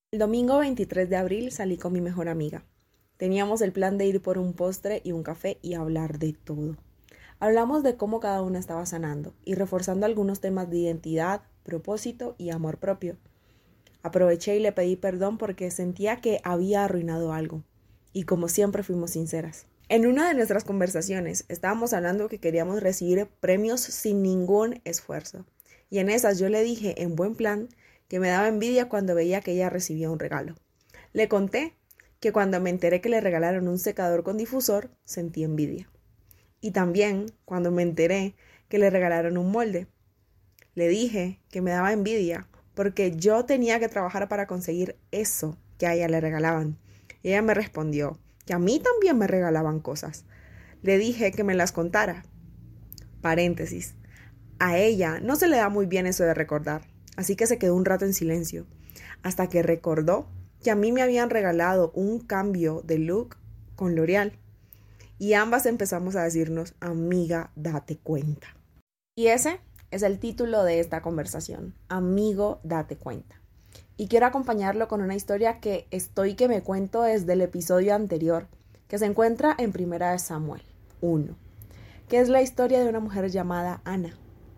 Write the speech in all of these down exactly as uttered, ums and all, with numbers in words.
El domingo veintitrés de abril salí con mi mejor amiga. Teníamos el plan de ir por un postre y un café y hablar de todo. Hablamos de cómo cada una estaba sanando y reforzando algunos temas de identidad, propósito y amor propio. Aproveché y le pedí perdón porque sentía que había arruinado algo. Y como siempre fuimos sinceras. En una de nuestras conversaciones estábamos hablando que queríamos recibir premios sin ningún esfuerzo. Y en esas yo le dije, en buen plan, que me daba envidia cuando veía que ella recibía un regalo. Le conté que cuando me enteré que le regalaron un secador con difusor, sentí envidia. Y también cuando me enteré que le regalaron un molde. Le dije que me daba envidia porque yo tenía que trabajar para conseguir eso que a ella le regalaban. Y ella me respondió que a mí también me regalaban cosas. Le dije que me las contara. Paréntesis. A ella no se le da muy bien eso de recordar, así que se quedó un rato en silencio, hasta que recordó que a mí me habían regalado un cambio de look con L'Oreal. Y ambas empezamos a decirnos, amiga, date cuenta. Y ese es el título de esta conversación, amigo, date cuenta. Y quiero acompañarlo con una historia que estoy que me cuento desde el episodio anterior, que se encuentra en Primera de Samuel uno, que es la historia de una mujer llamada Ana.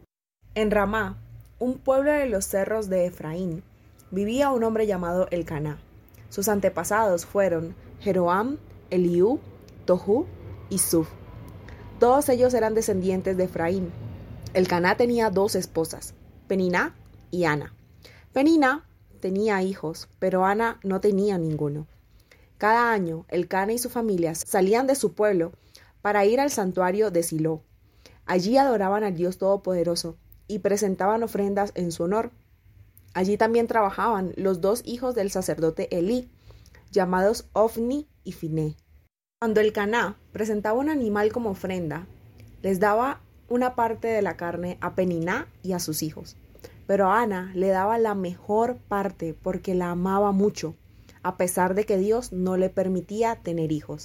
En Ramá, un pueblo de los cerros de Efraín, vivía un hombre llamado Elcaná. Sus antepasados fueron Jeroam, Eliú, Tohu y Suf. Todos ellos eran descendientes de Efraín. Elcaná tenía dos esposas, Peniná y Ana. Peniná tenía hijos, pero Ana no tenía ninguno. Cada año, Elcaná y su familia salían de su pueblo para ir al santuario de Silo. Allí adoraban al Dios Todopoderoso y presentaban ofrendas en su honor. Allí también trabajaban los dos hijos del sacerdote Elí, llamados Ofni y Finé. Cuando Elcaná presentaba un animal como ofrenda, les daba una parte de la carne a Peniná y a sus hijos. Pero a Ana le daba la mejor parte porque la amaba mucho, a pesar de que Dios no le permitía tener hijos.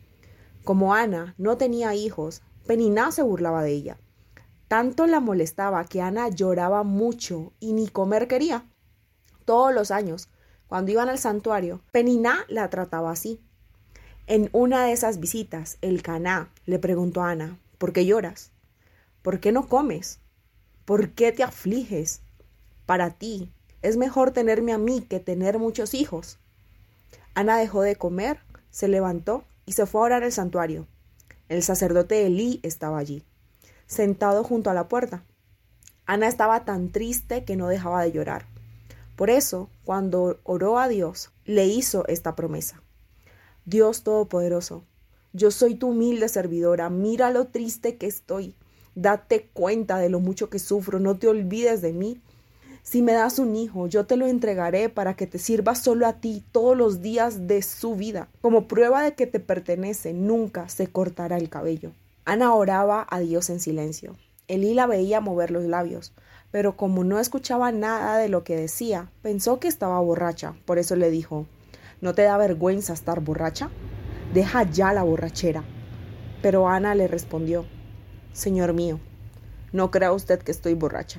Como Ana no tenía hijos, Peniná se burlaba de ella. Tanto la molestaba que Ana lloraba mucho y ni comer quería. Todos los años, cuando iban al santuario, Peniná la trataba así. En una de esas visitas, Elcaná le preguntó a Ana, ¿por qué lloras? ¿Por qué no comes? ¿Por qué te afliges? Para ti, es mejor tenerme a mí que tener muchos hijos. Ana dejó de comer, se levantó y se fue a orar al santuario. El sacerdote Elí estaba allí, sentado junto a la puerta. Ana estaba tan triste que no dejaba de llorar. Por eso, cuando oró a Dios, le hizo esta promesa. Dios Todopoderoso, yo soy tu humilde servidora, mira lo triste que estoy. Date cuenta de lo mucho que sufro, no te olvides de mí. Si me das un hijo, yo te lo entregaré para que te sirva solo a ti todos los días de su vida. Como prueba de que te pertenece, nunca se cortará el cabello. Ana oraba a Dios en silencio. Elí la veía mover los labios, pero como no escuchaba nada de lo que decía, pensó que estaba borracha. Por eso le dijo, ¿no te da vergüenza estar borracha? Deja ya la borrachera. Pero Ana le respondió, Señor mío, no crea usted que estoy borracha.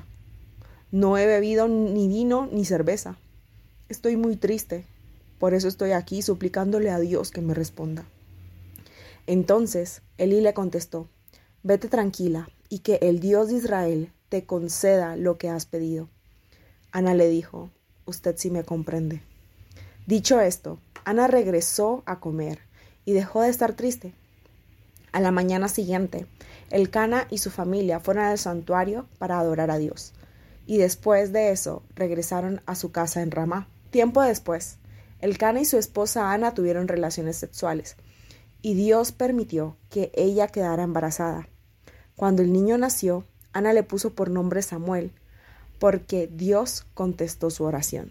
No he bebido ni vino ni cerveza. Estoy muy triste. Por eso estoy aquí suplicándole a Dios que me responda. Entonces Elí le contestó, vete tranquila y que el Dios de Israel te conceda lo que has pedido. Ana le dijo, usted sí me comprende. Dicho esto, Ana regresó a comer y dejó de estar triste. A la mañana siguiente, Elcaná y su familia fueron al santuario para adorar a Dios, y después de eso regresaron a su casa en Ramá. Tiempo después, Elcaná y su esposa Ana tuvieron relaciones sexuales, y Dios permitió que ella quedara embarazada. Cuando el niño nació, Ana le puso por nombre Samuel, porque Dios contestó su oración.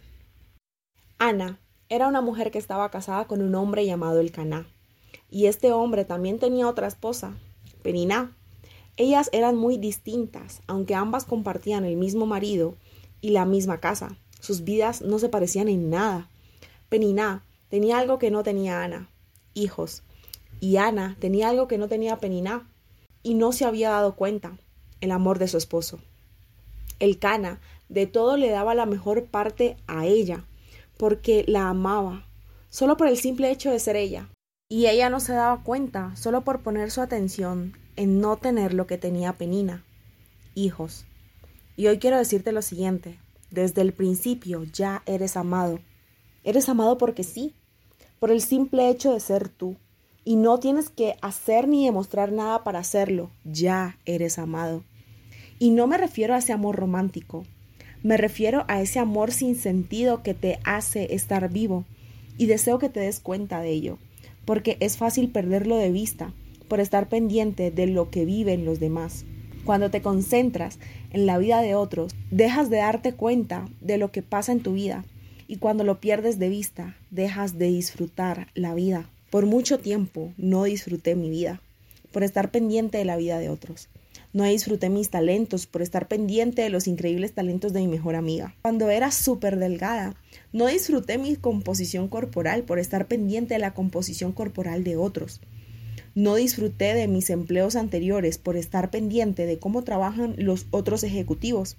Ana era una mujer que estaba casada con un hombre llamado Elcaná, y este hombre también tenía otra esposa, Peniná. Ellas eran muy distintas, aunque ambas compartían el mismo marido y la misma casa. Sus vidas no se parecían en nada. Peniná tenía algo que no tenía Ana, hijos, y Ana tenía algo que no tenía Peniná, y no se había dado cuenta, el amor de su esposo. Elcaná de todo le daba la mejor parte a ella, porque la amaba, solo por el simple hecho de ser ella. Y ella no se daba cuenta, solo por poner su atención en no tener lo que tenía Penina, hijos. Y hoy quiero decirte lo siguiente, desde el principio ya eres amado. Eres amado porque sí, por el simple hecho de ser tú. Y no tienes que hacer ni demostrar nada para hacerlo, ya eres amado. Y no me refiero a ese amor romántico, me refiero a ese amor sin sentido que te hace estar vivo. Y deseo que te des cuenta de ello, porque es fácil perderlo de vista por estar pendiente de lo que viven los demás. Cuando te concentras en la vida de otros, dejas de darte cuenta de lo que pasa en tu vida. Y cuando lo pierdes de vista, dejas de disfrutar la vida. Por mucho tiempo no disfruté mi vida, por estar pendiente de la vida de otros. No disfruté mis talentos por estar pendiente de los increíbles talentos de mi mejor amiga. Cuando era súper delgada, no disfruté mi composición corporal por estar pendiente de la composición corporal de otros. No disfruté de mis empleos anteriores por estar pendiente de cómo trabajan los otros ejecutivos.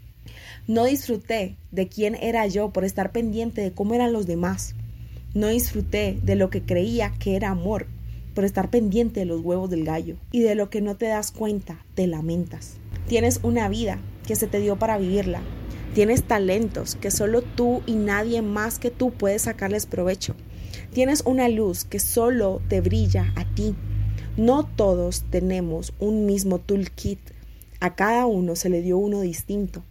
No disfruté de quién era yo por estar pendiente de cómo eran los demás. No disfruté de lo que creía que era amor por estar pendiente de los huevos del gallo. Y de lo que no te das cuenta, te lamentas. Tienes una vida que se te dio para vivirla. Tienes talentos que solo tú y nadie más que tú puedes sacarles provecho. Tienes una luz que solo te brilla a ti. No todos tenemos un mismo toolkit. A cada uno se le dio uno distinto.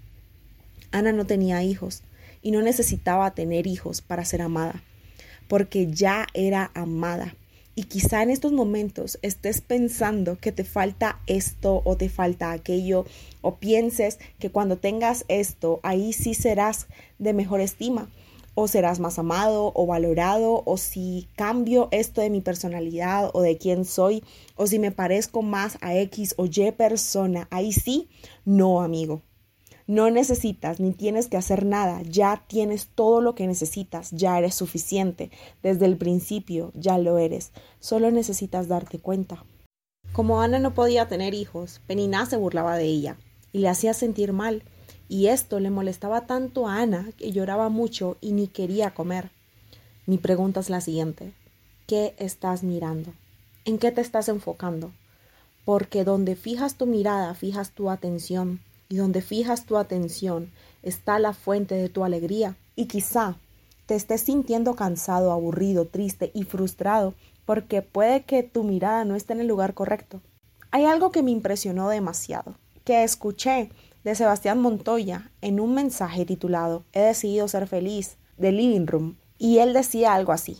Ana no tenía hijos y no necesitaba tener hijos para ser amada, porque ya era amada. Y quizá en estos momentos estés pensando que te falta esto o te falta aquello, o pienses que cuando tengas esto, ahí sí serás de mejor estima, o serás más amado o valorado, o si cambio esto de mi personalidad o de quién soy, o si me parezco más a X o Y persona, ahí sí, no, amigo. No necesitas ni tienes que hacer nada, ya tienes todo lo que necesitas, ya eres suficiente, desde el principio ya lo eres, solo necesitas darte cuenta. Como Ana no podía tener hijos, Penina se burlaba de ella y le hacía sentir mal, y esto le molestaba tanto a Ana que lloraba mucho y ni quería comer. Mi pregunta es la siguiente, ¿qué estás mirando? ¿En qué te estás enfocando? Porque donde fijas tu mirada, fijas tu atención. Y donde fijas tu atención está la fuente de tu alegría. Y quizá te estés sintiendo cansado, aburrido, triste y frustrado porque puede que tu mirada no esté en el lugar correcto. Hay algo que me impresionó demasiado, que escuché de Sebastián Montoya en un mensaje titulado He decidido ser feliz, de Living Room. Y él decía algo así.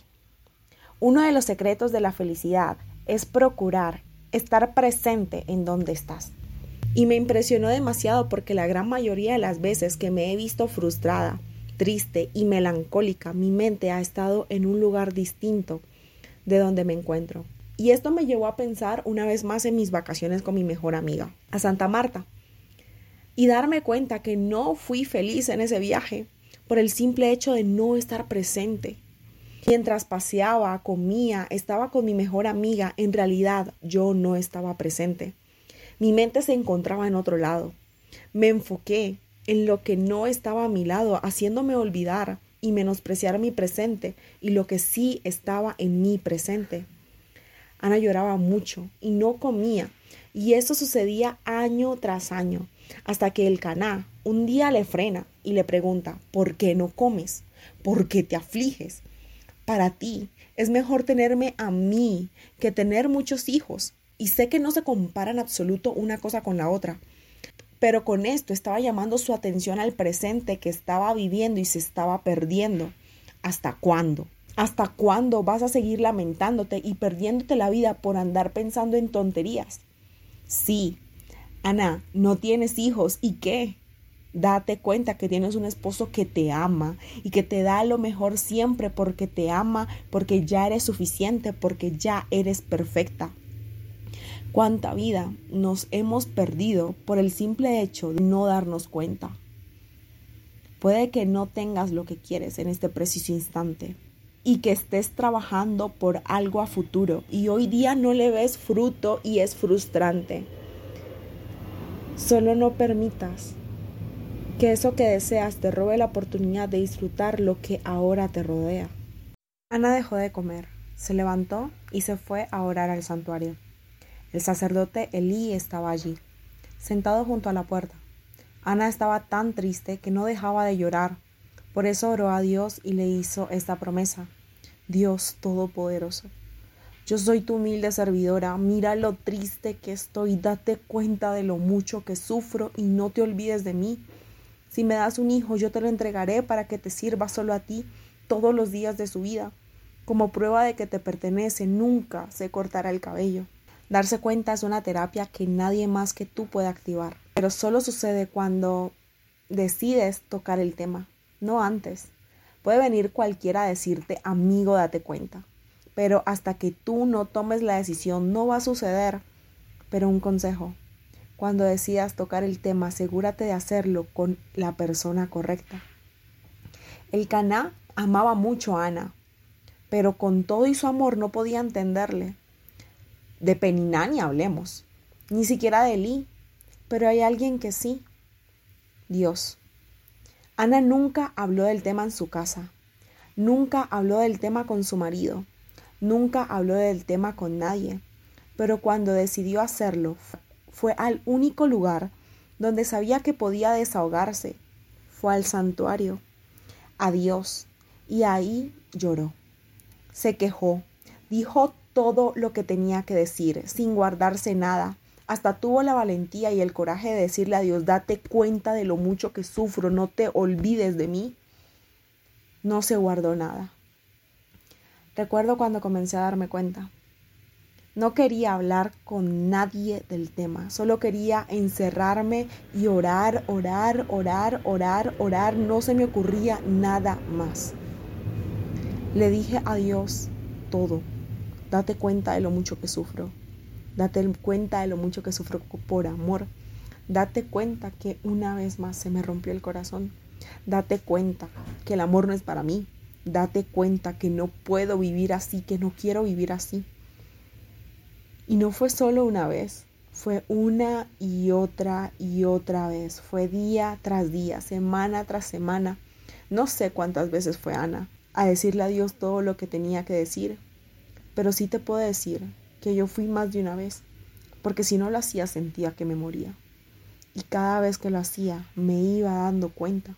Uno de los secretos de la felicidad es procurar estar presente en donde estás. Y me impresionó demasiado porque la gran mayoría de las veces que me he visto frustrada, triste y melancólica, mi mente ha estado en un lugar distinto de donde me encuentro. Y esto me llevó a pensar una vez más en mis vacaciones con mi mejor amiga, a Santa Marta, y darme cuenta que no fui feliz en ese viaje por el simple hecho de no estar presente. Mientras paseaba, comía, estaba con mi mejor amiga, en realidad yo no estaba presente. Mi mente se encontraba en otro lado. Me enfoqué en lo que no estaba a mi lado, haciéndome olvidar y menospreciar mi presente y lo que sí estaba en mi presente. Ana lloraba mucho y no comía, y eso sucedía año tras año, hasta que el caná un día le frena y le pregunta, ¿por qué no comes? ¿Por qué te afliges? Para ti es mejor tenerme a mí que tener muchos hijos. Y sé que no se compara en absoluto una cosa con la otra, pero con esto estaba llamando su atención al presente que estaba viviendo y se estaba perdiendo. ¿Hasta cuándo? ¿Hasta cuándo vas a seguir lamentándote y perdiéndote la vida por andar pensando en tonterías? Sí, Ana, no tienes hijos, ¿y qué? Date cuenta que tienes un esposo que te ama y que te da lo mejor siempre porque te ama, porque ya eres suficiente, porque ya eres perfecta. ¿Cuánta vida nos hemos perdido por el simple hecho de no darnos cuenta? Puede que no tengas lo que quieres en este preciso instante y que estés trabajando por algo a futuro y hoy día no le ves fruto y es frustrante. Solo no permitas Que eso que deseas te robe la oportunidad de disfrutar lo que ahora te rodea. Ana dejó de comer, se levantó y se fue a orar al santuario. El sacerdote Elí estaba allí, sentado junto a la puerta. Ana estaba tan triste que no dejaba de llorar. Por eso oró a Dios y le hizo esta promesa: Dios Todopoderoso, yo soy tu humilde servidora, mira lo triste que estoy, date cuenta de lo mucho que sufro y no te olvides de mí. Si me das un hijo, yo te lo entregaré para que te sirva solo a ti todos los días de su vida. Como prueba de que te pertenece, nunca se cortará el cabello. Darse cuenta es una terapia que nadie más que tú puede activar, pero solo sucede cuando decides tocar el tema, no antes. Puede venir cualquiera a decirte: amigo, date cuenta. Pero hasta que tú no tomes la decisión no va a suceder. Pero un consejo: cuando decidas tocar el tema, asegúrate de hacerlo con la persona correcta. Elcaná amaba mucho a Ana, pero con todo y su amor no podía entenderle. De Peniná ni hablemos, ni siquiera de Elí, pero hay alguien que sí: Dios. Ana nunca habló del tema en su casa, nunca habló del tema con su marido, nunca habló del tema con nadie, pero cuando decidió hacerlo, fue al único lugar donde sabía que podía desahogarse. Fue al santuario, a Dios, y ahí lloró. Se quejó, dijo todo lo que tenía que decir, sin guardarse nada. Hasta tuvo la valentía y el coraje de decirle a Dios: date cuenta de lo mucho que sufro, no te olvides de mí. No se guardó nada. Recuerdo cuando comencé a darme cuenta. No quería hablar con nadie del tema, solo quería encerrarme y orar, orar, orar, orar, orar. No se me ocurría nada más. Le dije a Dios todo: date cuenta de lo mucho que sufro, date cuenta de lo mucho que sufro por amor, date cuenta que una vez más se me rompió el corazón, date cuenta que el amor no es para mí, date cuenta que no puedo vivir así, que no quiero vivir así. Y no fue solo una vez, fue una y otra y otra vez, fue día tras día, semana tras semana. No sé cuántas veces fue Ana a decirle a Dios todo lo que tenía que decir, pero sí te puedo decir que yo fui más de una vez, porque si no lo hacía sentía que me moría. Y cada vez que lo hacía me iba dando cuenta.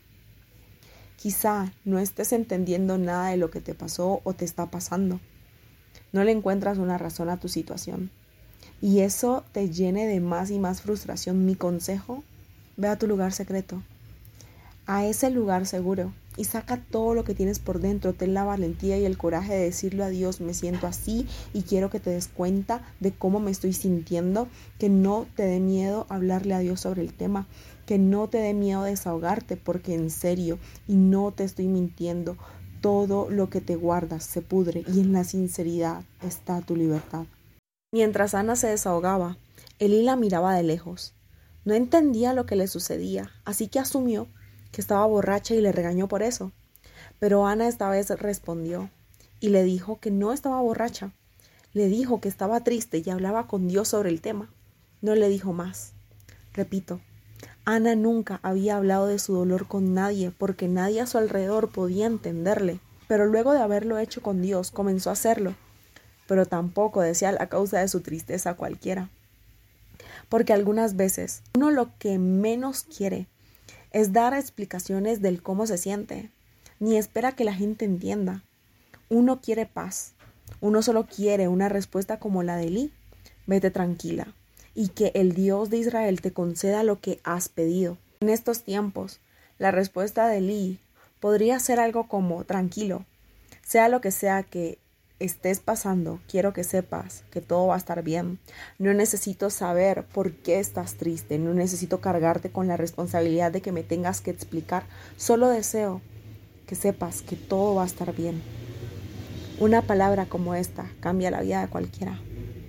Quizá no estés entendiendo nada de lo que te pasó o te está pasando. No le encuentras una razón a tu situación y eso te llene de más y más frustración. Mi consejo: ve a tu lugar secreto, a ese lugar seguro, y saca todo lo que tienes por dentro. Ten la valentía y el coraje de decirle a Dios: me siento así y quiero que te des cuenta de cómo me estoy sintiendo. Que no te dé miedo hablarle a Dios sobre el tema, que no te dé miedo desahogarte, porque en serio, y no te estoy mintiendo, todo lo que te guardas se pudre y en la sinceridad está tu libertad. Mientras Ana se desahogaba, Elí la miraba de lejos. No entendía lo que le sucedía, así que asumió que estaba borracha y le regañó por eso. Pero Ana esta vez respondió y le dijo que no estaba borracha. Le dijo que estaba triste y hablaba con Dios sobre el tema. No le dijo más. Repito, Ana nunca había hablado de su dolor con nadie porque nadie a su alrededor podía entenderle. Pero luego de haberlo hecho con Dios, comenzó a hacerlo. Pero tampoco decía la causa de su tristeza a cualquiera. Porque algunas veces uno lo que menos quiere es dar explicaciones del cómo se siente, ni espera que la gente entienda. Uno quiere paz. Uno solo quiere una respuesta como la de Elí: vete tranquila, y que el Dios de Israel te conceda lo que has pedido. En estos tiempos, la respuesta de Elí podría ser algo como: tranquilo, sea lo que sea que estés pasando, quiero que sepas que todo va a estar bien. No necesito saber por qué estás triste, no necesito cargarte con la responsabilidad de que me tengas que explicar. Solo deseo que sepas que todo va a estar bien. Una palabra como esta cambia la vida de cualquiera.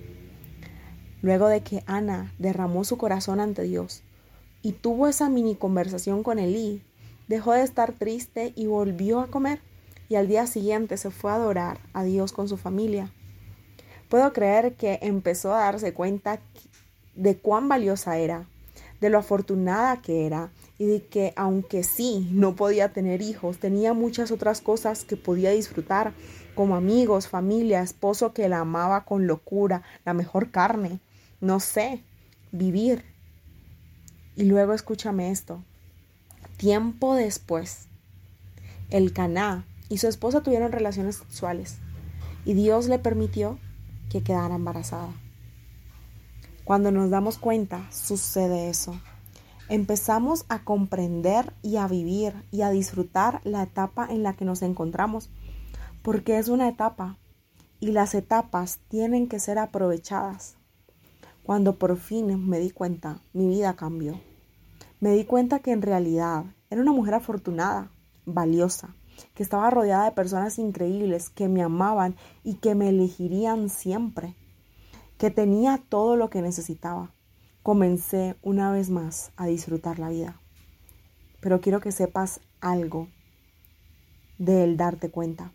Luego de que Ana derramó su corazón ante Dios y tuvo esa mini conversación con Elí, dejó de estar triste y volvió a comer. Y al día siguiente se fue a adorar a Dios con su familia. Puedo creer que empezó a darse cuenta de cuán valiosa era, de lo afortunada que era y de que aunque sí, no podía tener hijos, tenía muchas otras cosas que podía disfrutar, como amigos, familia, esposo que la amaba con locura, la mejor carne, no sé, vivir. Y luego escúchame esto, tiempo después, Elcaná y su esposa tuvieron relaciones sexuales y Dios le permitió que quedara embarazada. Cuando nos damos cuenta, sucede eso. Empezamos a comprender y a vivir y a disfrutar la etapa en la que nos encontramos, porque es una etapa y las etapas tienen que ser aprovechadas. Cuando por fin me di cuenta, mi vida cambió. Me di cuenta que en realidad era una mujer afortunada, valiosa, que estaba rodeada de personas increíbles que me amaban y que me elegirían siempre, que tenía todo lo que necesitaba. Comencé una vez más a disfrutar la vida. Pero quiero que sepas algo de el darte cuenta.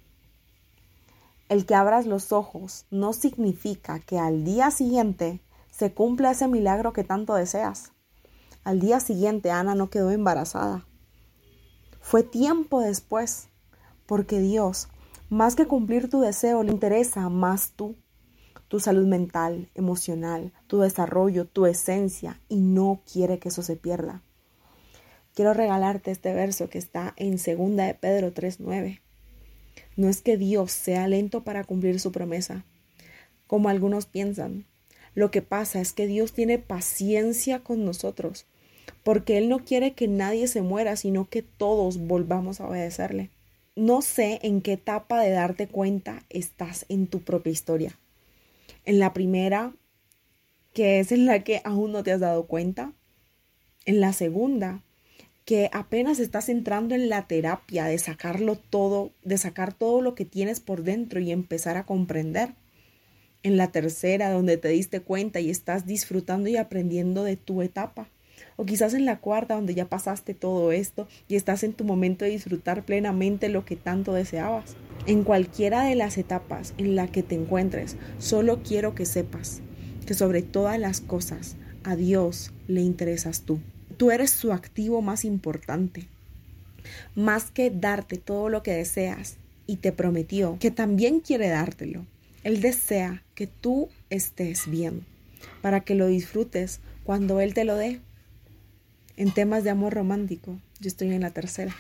El que abras los ojos no significa que al día siguiente se cumpla ese milagro que tanto deseas. Al día siguiente Ana no quedó embarazada. Fue tiempo después, porque Dios, más que cumplir tu deseo, le interesa más tú. Tu salud mental, emocional, tu desarrollo, tu esencia, y no quiere que eso se pierda. Quiero regalarte este verso que está en segunda de Pedro tres nueve. No es que Dios sea lento para cumplir su promesa, como algunos piensan. Lo que pasa es que Dios tiene paciencia con nosotros, porque Él no quiere que nadie se muera, sino que todos volvamos a obedecerle. No sé en qué etapa de darte cuenta estás en tu propia historia. En la primera, que es en la que aún no te has dado cuenta. En la segunda, que apenas estás entrando en la terapia de sacarlo todo, de sacar todo lo que tienes por dentro y empezar a comprender. En la tercera, donde te diste cuenta y estás disfrutando y aprendiendo de tu etapa. O quizás en la cuarta, donde ya pasaste todo esto y estás en tu momento de disfrutar plenamente lo que tanto deseabas. En cualquiera de las etapas en la que te encuentres, solo quiero que sepas que sobre todas las cosas a Dios le interesas tú. Tú eres su activo más importante. Más que darte todo lo que deseas, y te prometió que también quiere dártelo. Él desea que tú estés bien, para que lo disfrutes cuando Él te lo dé. En temas de amor romántico, yo estoy en la tercera.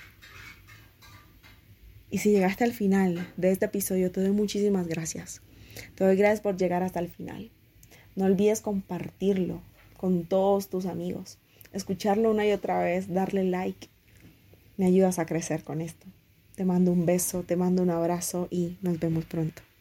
Y si llegaste al final de este episodio, te doy muchísimas gracias. Te doy gracias por llegar hasta el final. No olvides compartirlo con todos tus amigos. Escucharlo una y otra vez, darle like. Me ayudas a crecer con esto. Te mando un beso, te mando un abrazo y nos vemos pronto.